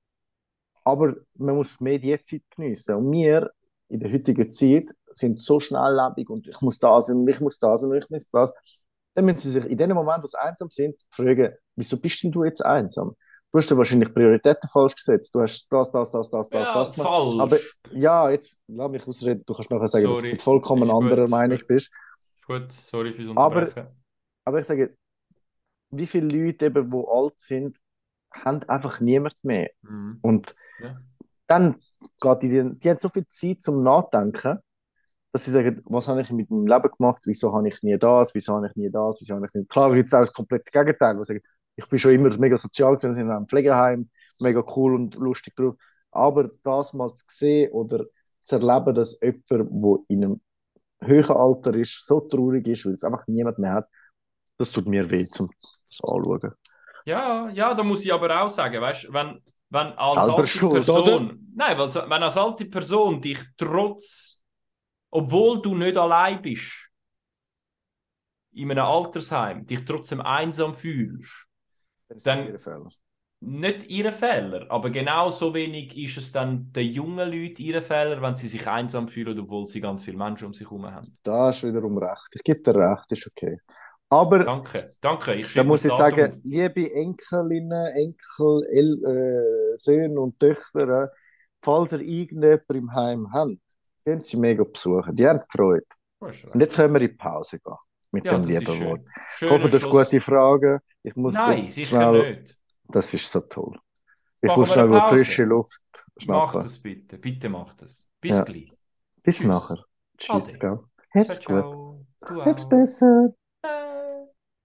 aber man muss mehr die Zeit geniessen. Und wir in der heutigen Zeit sind so schnelllebig und ich muss das und ich muss das und ich muss das. Dann müssen sie sich in dem Moment, wo sie einsam sind, fragen, wieso bist denn du jetzt einsam? Du hast dir wahrscheinlich Prioritäten falsch gesetzt. Du hast das, das, das, das, das, Ja, das gemacht. Aber falsch. ja, jetzt lass mich ausreden. Du kannst nachher sagen, dass du Sorry. vollkommen Ist gut, anderer ist Meinung gut. bist. Ist gut. Sorry fürs Aber, Unterbrechen. aber ich sage, wie viele Leute, eben, die alt sind, haben einfach niemand mehr. Mhm. Und Ja. dann geht die, die haben so viel Zeit zum Nachdenken, dass sie sagen, was habe ich mit meinem Leben gemacht, wieso habe ich nie das, wieso habe ich nie das, wieso habe ich nicht. Klar, gibt es auch das komplette Gegenteil, die sagen, ich bin schon immer mega sozial gewesen, in einem Pflegeheim, mega cool und lustig drauf. Aber das mal zu sehen oder zu erleben, dass jemand, der in einem höheren Alter ist, so traurig ist, weil es einfach niemand mehr hat, das tut mir weh, zum das anschauen. Ja, ja, da muss ich aber auch sagen, weißt, wenn, wenn als Selber alte schuld, oder? Person, nein, was, wenn als alte Person dich trotz, obwohl du nicht allein bist, in einem Altersheim, dich trotzdem einsam fühlst, Das ist nicht dann ihr Fehler. nicht ihre Fehler, aber genauso wenig ist es dann den jungen Leuten ihre Fehler, wenn sie sich einsam fühlen, obwohl sie ganz viele Menschen um sich herum haben. Da ist wiederum recht. Ich gebe dir recht, ist okay. Aber Danke, danke, ich da schreibe mir muss das ich Datum auf. sagen, liebe Enkelinnen, Enkel, El, äh, Söhne und Töchter, äh, falls ihr irgendjemanden im Heim habt, könnt sie mega besuchen. Die haben Freude. Du hast Und jetzt recht. können wir in die Pause gehen mit Ja, dem das ist lieben Wort. schön. Ich hoffe, Schöner du hast gute Schluss. Fragen. Ich muss Nein, jetzt sicher schnell, nicht. das ist so toll. Ich Machen muss wir eine schnell frische Pause. Luft Mach schnappen. das bitte. Bitte mach das. Bis Ja, gleich. bis Tschüss. nachher. Tschüss, Ade. gell? Ciao, Hab's gut. ciao. Du Hab's auch. besser. Äh.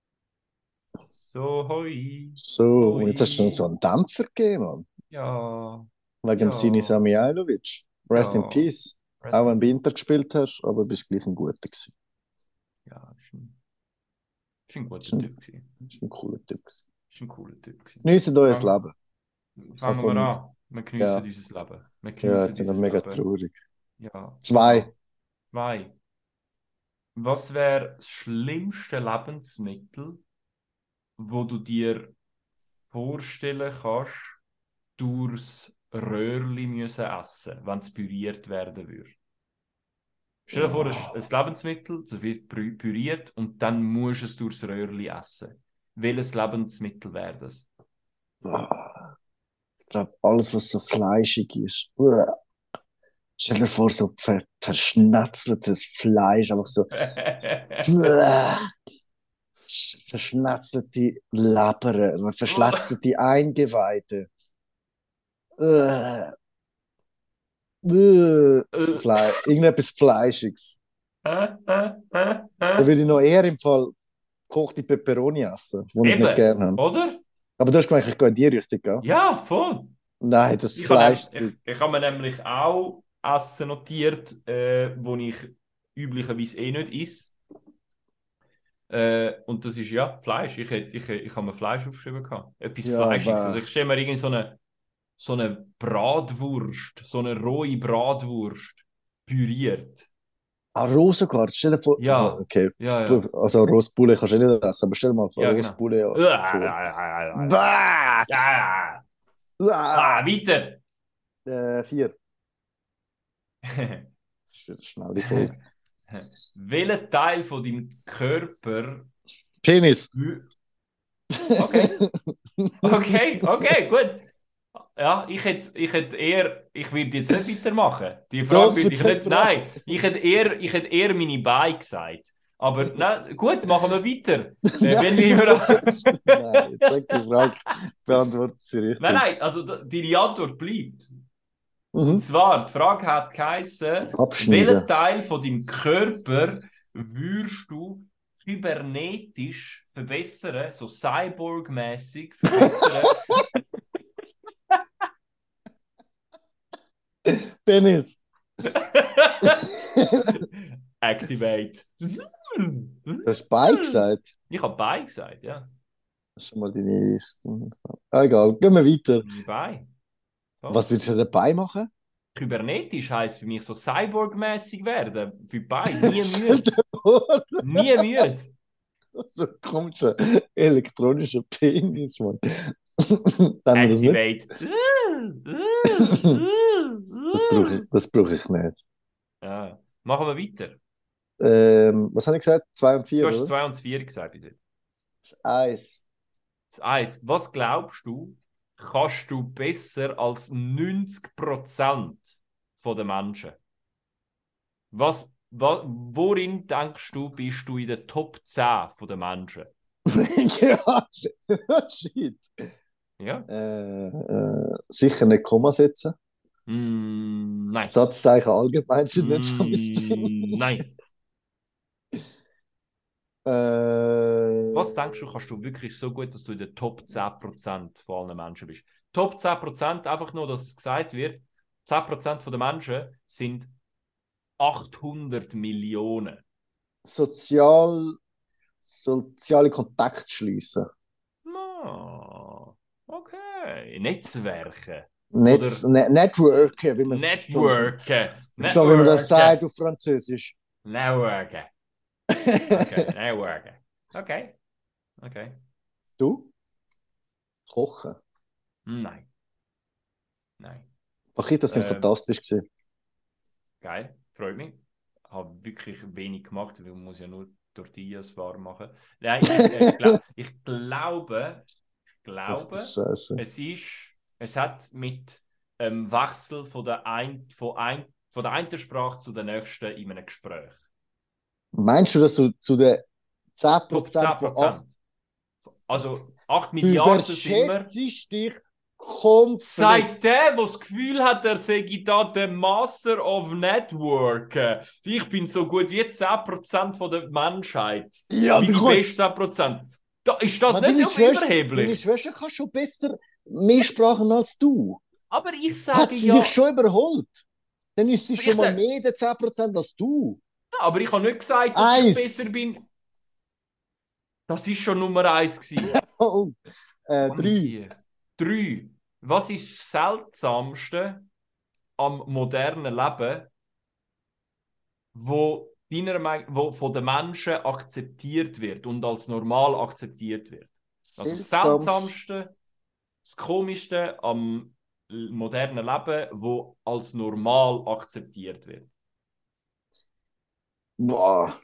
So, hoi. So, und jetzt hast du noch so Hoi. einen Dämpfer gegeben, Mann. Ja. Wegen dem Sini Ja. Samijailovic. Rest in Ja. Peace. Rest Auch wenn in du Peace. Inter gespielt hast, aber bist gleich ein guter gewesen. Ja, ist ein, ist ein Ist guter ein, Typ gewesen. ist ein cooler Typ gewesen. Ist ein cooler Typ gewesen. Genießt euer Fangen, Leben. Auch fangen wir vom, an. Wir geniessen ja, dieses Leben. Wir ja, geniessen jetzt sind wir dieses mega Leben. traurig. Ja. Zwei. Aha. Zwei. Was wäre das schlimmste Lebensmittel, wo du dir vorstellen kannst, durchs Röhrli müssen essen, wenn es püriert werden würde? Stell dir vor, es Oh. ist ein Lebensmittel, das wird pü- püriert und dann musst du es durchs Röhrli essen. Welches Lebensmittel wäre das? Ich glaube, alles, was so fleischig ist. Uah. Stell dir vor, so ver verschnetzeltes Fleisch, einfach so. Uah. Verschnetzelte Leber, verschnetzelte Eingeweide. Uah. Uah. Fle Irgendetwas Fleischiges. Da würde ich noch eher im Fall gekochte Peperoni essen, die ich nicht Eben, gerne habe. oder? Aber du hast gemeint, ich gehe in die Richtung, gell? Ja, voll. Nein, das Ich habe nehm- Fleischzeug. ich, ich habe mir nämlich auch Essen notiert, äh, wo ich üblicherweise eh nicht esse. Äh, und das ist ja Fleisch. Ich, hätt- ich, ich habe mir Fleisch aufgeschrieben gehabt. Etwas Ja, Fleischiges. Also aber ich stelle mir irgendwie so eine, so eine Bratwurst, so eine rohe Bratwurst, püriert. ah, Rosengart, stell dir vor. Ah, Ja, okay. ja, ja. Also Rosbulle kannst du nicht essen, aber stell dir mal vor, Ja, genau. Rosbulle ja, schon. Bah! Ah, Ah! weiter. Äh, vier. Das ist wieder schnell die Folge. Welcher Teil von deinem Körper... Penis. Okay, okay, okay, gut. Ja, ich hätte, ich hätte eher, ich würde jetzt nicht weitermachen. Die Frage Doch, würde ich erzähl nicht, die nein, Frage. ich hätte eher, ich hätte eher meine Beine gesagt. Aber na, gut, machen wir weiter. Äh, wenn Nein, wir du über... erzählst. Nein, jetzt sag die Frage, beantwortet sie Nein, richtig. nein, also d- deine Antwort bleibt. Und Mhm. zwar, die Frage hat geheißen, welchen Abschneiden. Teil von deinem Körper würdest du kybernetisch verbessern, so Cyborg-mäßig verbessern? Penis. Activate. Du hast Bein gesagt. Ich habe Bein gesagt, ja. Das ist schon mal deine erste. Ah, egal, gehen wir weiter. Meine Beine. So. Was willst du dabei machen? Kybernetisch heisst für mich so Cyborg-mäßig werden. Für Beine. Nie Stell müde. dir vor, Nie müde. so kommt schon elektronischer Penis, Mann. Dann wir das nicht. Activate. Das brauche ich, das brauche ich nicht. Ja. Machen wir weiter. Ähm, was habe ich gesagt? Zwei und vier, Du hast oder? zwei und vier gesagt bis jetzt. Das Eis. Das Eis. Was glaubst du, kannst du besser als neunzig Prozent der Menschen? Was, wa, worin denkst du, bist du in der Top zehn der Menschen? Ja, shit. Ja? Äh, äh, sicher nicht Komma setzen. Mm, nein. Satzzeichen allgemein sind nicht so mein Mm, nein. Äh, Was denkst du, kannst du wirklich so gut, dass du in der Top zehn Prozent von allen Menschen bist? Top zehn Prozent, einfach nur, dass es gesagt wird, zehn Prozent der Menschen sind achthundert Millionen. sozial, soziale Kontakte schließen. Ah, okay. Netzwerke. Netz, ne, Networken, wie man es schon Networken. so wie man das sagt auf Französisch. Networken. Okay, networken. Okay. Okay. Du? Kochen. Nein. Nein. Pachitas sind Ähm, fantastisch gewesen. Geil, freut mich. Habe wirklich wenig gemacht, weil man muss ja nur Tortillas warm machen. Nein, ich, äh, glaub, ich glaube, ich Ach, glaube, das ist scheiße. es ist, es hat mit ähm, Wechsel von der, ein, von, ein, von der einen Sprache zu der nächsten in einem Gespräch. Meinst du, dass du zu den zehn Top zehn Prozent von acht... Prozent. Also acht Du Milliarden sind wir. überschätzt dich komplett. Seit der, der das Gefühl hat, er sei da der Master of Network. Ich bin so gut wie zehn Prozent von der Menschheit. Ja, Wie du du kannst... bist zehn Prozent. Da, ist das Man, nicht deine auch Schwester, deine überheblich? Schwester kann schon besser mehr Sprachen als du. Aber ich Hat sage sie ja... dich schon überholt? Dann ist sie Ich schon mal sag- mehr der zehn Prozent als du. Ja, aber ich habe nicht gesagt, dass Eins. ich besser bin. Das ist schon Nummer eins gewesen. Oh, äh, Oh, drei. Monsieur. Drei. Was ist das Seltsamste am modernen Leben, wo, deiner Meinung, wo von den Menschen akzeptiert wird und als normal akzeptiert wird? Also das Seltsam. Seltsamste, das Komischste am modernen Leben, wo als normal akzeptiert wird. Boah.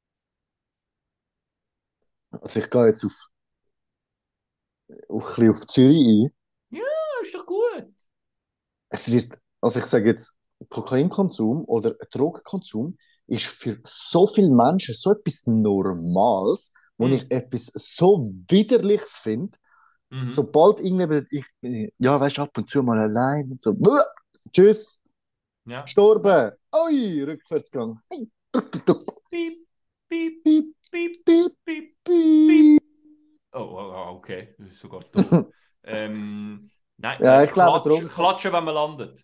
Also ich gehe jetzt auf, auf, ein bisschen auf Zürich ein. Ja, ist doch gut. Es wird, also ich sage jetzt, Kokainkonsum oder Drogenkonsum ist für so viele Menschen so etwas Normales, wo Hm. ich etwas so Widerliches finde. Mhm. Sobald irgendwie, ich, ja, weißt du, ab und zu mal allein und so, Buh! Tschüss, Ja. gestorben, ui, Rückwärtsgang. Hey. Piep, piep, Piep, piep, piep, piep, piep. piep. Oh, oh, oh, okay, das ist sogar tot. ähm, nein, Ja, äh, ich glaube, klatsch, Drogen. klatschen, wenn man landet.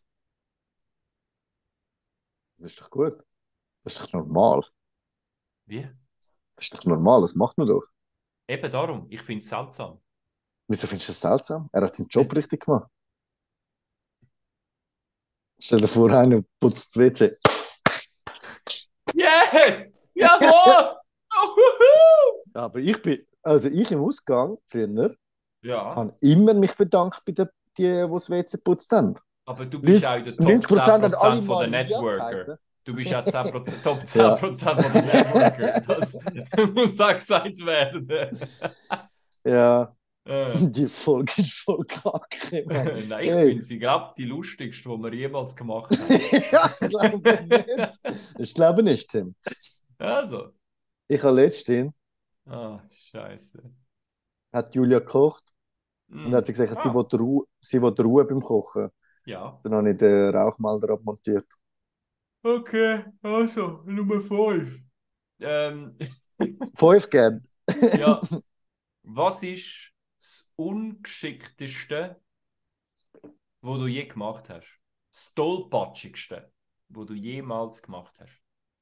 Das ist doch gut. Das ist doch normal. Wie? Das ist doch normal, das macht man doch. Eben darum, ich finde es seltsam. Wieso findest du das seltsam? Er hat seinen Job richtig gemacht. Stell dir vor, einer putzt das W C. Yes! Jawohl! Uhuhu! Ja, aber ich bin, also ich im Ausgang früher, Ja, habe immer mich bedankt bei den, die, die das W C geputzt haben. aber du bist auch in der Top neunzig Prozent zehn haben alle Prozent von den Maria Networker. geheißen. Du bist ja zehn Prozent, Top zehn Ja. Prozent von den Networker. Das muss auch gesagt werden. Ja, Äh. die Folge ist voll kacke, Mann. Nein, ich Hey. finde sie, glaube die lustigste, die wir jemals gemacht haben. Ja, ich glaube nicht. Ich glaube nicht, Tim. Also. Ich habe letztens, Ah, Scheiße. hat Julia gekocht Mm. und hat sie gesagt, sie Ah, will Ruhe, sie will Ruhe beim Kochen. ja. Dann habe ich den Rauchmelder abmontiert. Okay, also, Nummer fünf. Ähm, Fünf geben. ja. Was ist das Ungeschickteste, was du je gemacht hast? Das Tollpatschigste, was du jemals gemacht hast?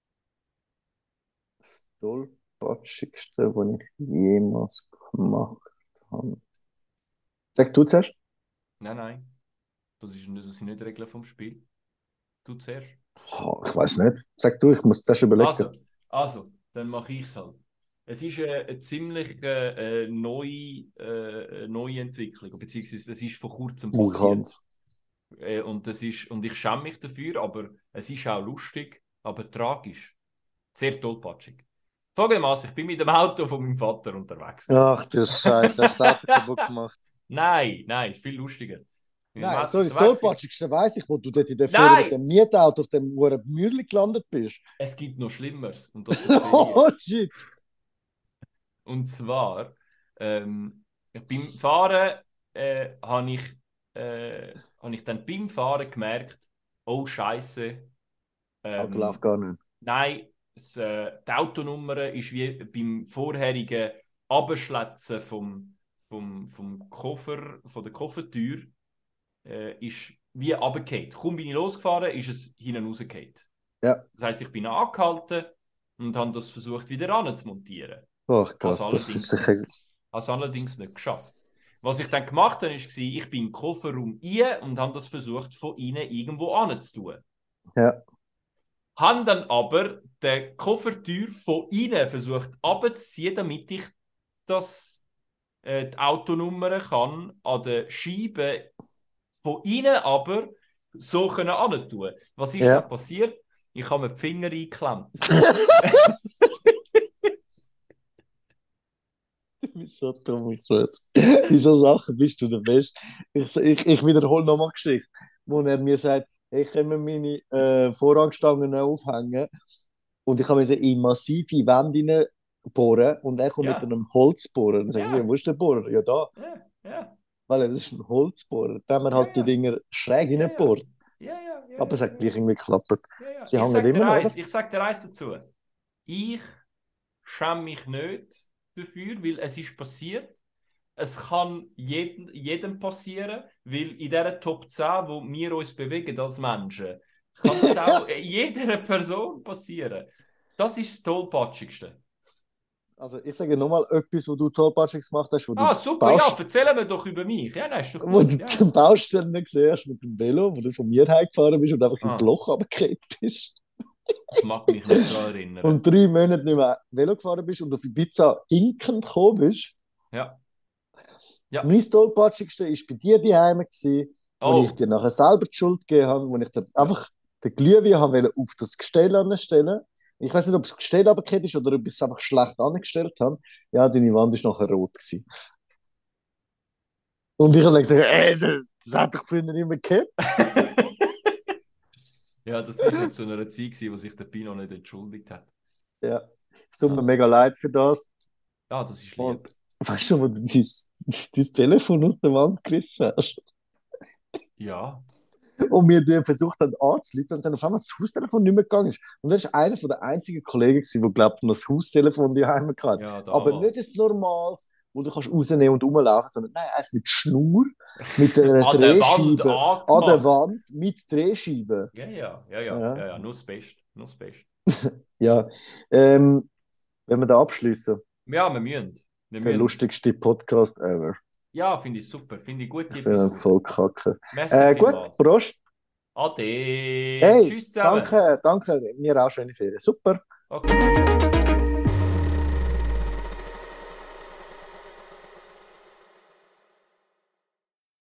Das tollpatschigste, was ich jemals gemacht habe. Sag du zuerst. Nein, nein. Das, ist, das sind nicht Regeln vom Spiel. Du zuerst. Oh, ich weiß nicht. Sag du, ich muss zuerst überlegen. Also, also dann mache ich es halt. Es ist eine, eine ziemlich äh, neue, äh, neue Entwicklung, beziehungsweise es ist vor kurzem Oh, ich passiert. kann's. Äh, und, das ist, und ich schäme mich dafür, aber es ist auch lustig, aber tragisch. Sehr tollpatschig. Folgendermaßen, ich bin mit dem Auto von meinem Vater unterwegs. Ach du Scheiße, hast du das Auto kaputt gemacht? Nein, nein, ist viel lustiger. Nein, sorry, das Tollpatschigste weiss ich, wo du dort in der Nein! Ferien mit dem Mietauto auf dem Mürli gelandet bist. Es gibt noch Schlimmeres. Und das Oh, shit! Und zwar, ähm, beim Fahren äh, habe ich, äh, hab ich dann beim Fahren gemerkt, oh Scheiße. Das Auto Ähm, läuft gar nicht. Nein, das, äh, die Autonummer ist wie beim vorherigen Abschletzen vom, vom, vom Koffer, von der Koffertür, äh, ist wie runtergefallen. Kaum bin ich losgefahren, ist es hinten rausgefallen. Ja. Das heisst, ich bin angehalten und habe das versucht, wieder ranzumontieren. Ach Gott, das ist sicher... Habe es allerdings nicht geschafft. Was ich dann gemacht habe, war, ich bin in den Kofferraum rein und habe das versucht, von innen irgendwo anzutun. Ja. Habe dann aber die Koffertür von innen versucht abzuziehen, damit ich das, äh, die Autonummer kann an der Scheibe von innen aber so können antun. Was ist Ja. dann passiert? Ich habe mir die Finger eingeklemmt. Wieso dumm, ich schwöre. In so Sachen bist du der Beste. Ich, ich, ich wiederhole nochmal die Geschichte, wo er mir sagt, ich kann mir meine äh, Vorhangstangen aufhängen und ich habe in massive Wände bohren und er kommt Ja. mit einem Holzbohrer. Dann sage ich, Ja. wo ist der Bohrer? Ja, da. Ja, ja. Weil das ist ein Holzbohrer. Da haben wir halt Ja, ja. die Dinger schräg Ja, ja. reingebohrt. Ja, ja, ja, Aber es ja, hat ja. gleich irgendwie geklappt. Ja, ja. Sie Ich hängen sag dir immer noch, eins, oder? ich sag dir eins dazu. Ich schäme mich nicht dafür, weil es ist passiert. Es kann jedem, jedem passieren, weil in dieser Top zehn, wo wir uns bewegen als Menschen, kann es auch jeder Person passieren. Das ist das Tollpatschigste. Also ich sage nochmal etwas, wo du Tollpatschiges gemacht hast, wo Ah, du super, Baust ja, erzähl mir doch über mich. Ja, nein, ist doch wo gut. du Ja. die Baustellen gesehen hast mit dem Velo, wo du von mir heimgefahren bist und einfach ins Ah. Loch runtergekippt bist. Ich mag mich nicht daran erinnern. Und drei Monate nicht mehr Velo gefahren bist und auf Ibiza hinkend gekommen bist. Ja. Ja. Mein Tollpatschigste war bei dir daheim, gewesen, wo Oh. ich dir nachher selber die Schuld gegeben habe, wo ich dir einfach den Glühwein haben wollte auf das Gestell anstellen. Ich weiß nicht, ob das Gestell runtergefallen ist oder ob ich es einfach schlecht angestellt habe. Ja, deine Wand war nachher rot gewesen. Und ich habe dann gesagt, ey, das, das hat doch früher nicht mehr gehabt. Ja, das war noch zu einer Zeit, wo sich der Pino nicht entschuldigt hat. Ja, es tut mir mega leid für das. Ja, das ist lieb. Und weißt du, wo du dein, dein Telefon aus der Wand gerissen hast? Ja. Und wir den versucht haben anzuleiten und dann auf einmal das Haustelefon nicht mehr gegangen ist. Und das war einer der einzigen Kollegen, der glaubt, noch das Haustelefon daheim hatte. Ja, Aber nicht das Normales, wo du kannst rausnehmen und rumlaufen, sondern nein, eins mit Schnur, mit einer An der Wand Drehscheibe, angemacht. an der Wand, mit Drehscheibe. Ja, ja, ja, ja, Ja. ja, ja, nur das Beste, nur das Beste. Ja, ähm, wenn wir da abschließen, Ja, wir müssen. Wir der müssen. lustigste Podcast ever. Ja, finde ich super, finde ich gute Ich finde ihn Episode. voll kacke. Merci Äh, vielmals. gut, Prost. Ade. Hey, Tschüss zusammen. danke, danke. Mir auch schöne Ferien. Super. Okay.